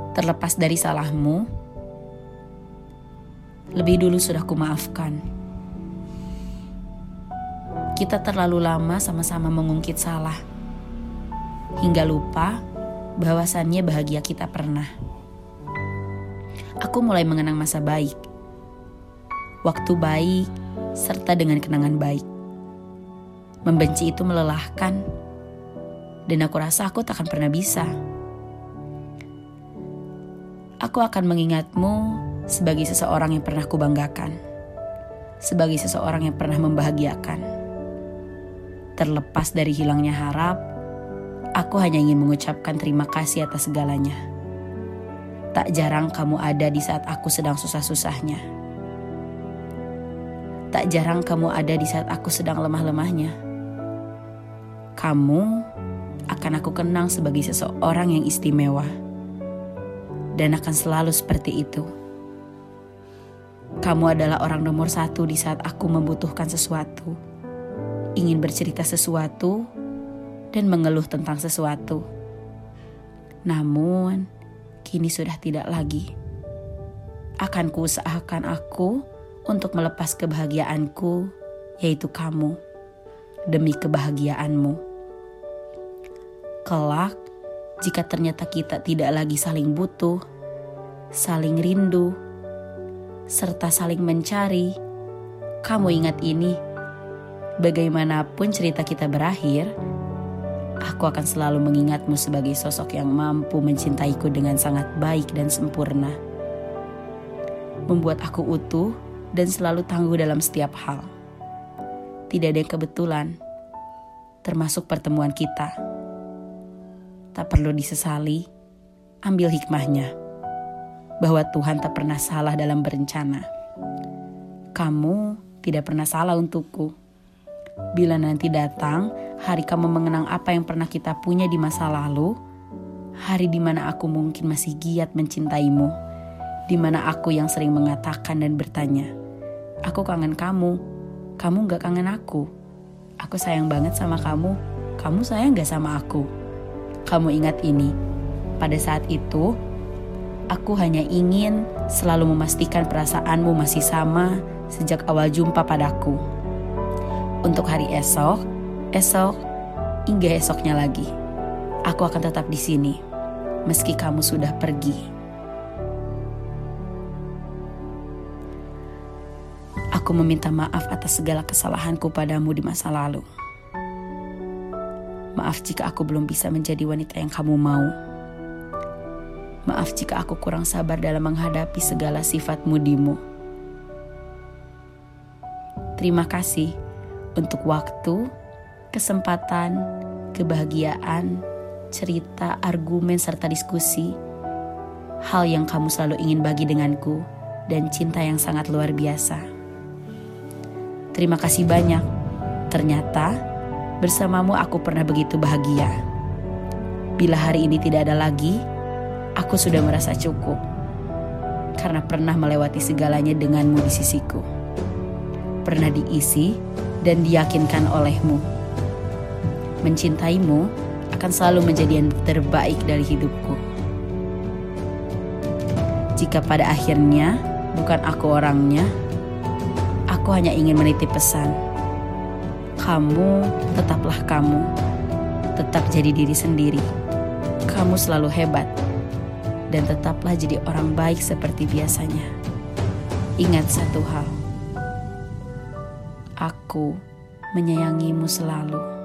Terlepas dari salahmu, lebih dulu sudah kumaafkan. Kita terlalu lama sama-sama mengungkit salah, hingga lupa bahwasannya bahagia kita pernah. Aku mulai mengenang masa baik, waktu baik, serta dengan kenangan baik. Membenci itu melelahkan, dan aku rasa aku takkan pernah bisa. Aku akan mengingatmu sebagai seseorang yang pernah kubanggakan, sebagai seseorang yang pernah membahagiakan. Terlepas dari hilangnya harap, aku hanya ingin mengucapkan terima kasih atas segalanya. Tak jarang kamu ada di saat aku sedang susah-susahnya. Tak jarang kamu ada di saat aku sedang lemah-lemahnya. Kamu akan aku kenang sebagai seseorang yang istimewa. Dan akan selalu seperti itu. Kamu adalah orang nomor 1 di saat aku membutuhkan sesuatu, ingin bercerita sesuatu, dan mengeluh tentang sesuatu. Namun, kini sudah tidak lagi. Akan kuusahakan aku untuk melepas kebahagiaanku, yaitu kamu, demi kebahagiaanmu. Kelak, jika ternyata kita tidak lagi saling butuh, saling rindu, serta saling mencari, kamu ingat ini. Bagaimanapun cerita kita berakhir, aku akan selalu mengingatmu sebagai sosok yang mampu mencintaiku dengan sangat baik dan sempurna. Membuat aku utuh dan selalu tangguh dalam setiap hal. Tidak ada yang kebetulan, termasuk pertemuan kita. Tak perlu disesali, ambil hikmahnya, bahwa Tuhan tak pernah salah dalam berencana. Kamu tidak pernah salah untukku. Bila nanti datang hari kamu mengenang apa yang pernah kita punya di masa lalu, hari di mana aku mungkin masih giat mencintaimu, di mana aku yang sering mengatakan dan bertanya, aku kangen kamu gak kangen aku sayang banget sama kamu sayang gak sama aku. Kamu ingat ini, pada saat itu, aku hanya ingin selalu memastikan perasaanmu masih sama sejak awal jumpa padaku. Untuk hari esok, hingga esoknya lagi, aku akan tetap di sini, meski kamu sudah pergi. Aku meminta maaf atas segala kesalahanku padamu di masa lalu. Maaf jika aku belum bisa menjadi wanita yang kamu mau. Maaf jika aku kurang sabar dalam menghadapi segala sifat mudimu. Terima kasih untuk waktu, kesempatan, kebahagiaan, cerita, argumen, serta diskusi. Hal yang kamu selalu ingin bagi denganku dan cinta yang sangat luar biasa. Terima kasih banyak. Ternyata bersamamu aku pernah begitu bahagia. Bila hari ini tidak ada lagi, aku sudah merasa cukup. Karena pernah melewati segalanya denganmu di sisiku. Pernah diisi dan diyakinkan olehmu. Mencintaimu akan selalu menjadi yang terbaik dari hidupku. Jika pada akhirnya bukan aku orangnya, aku hanya ingin menitip pesan. Kamu tetaplah kamu, tetap jadi diri sendiri. Kamu selalu hebat, dan tetaplah jadi orang baik seperti biasanya. Ingat satu hal, aku menyayangimu selalu.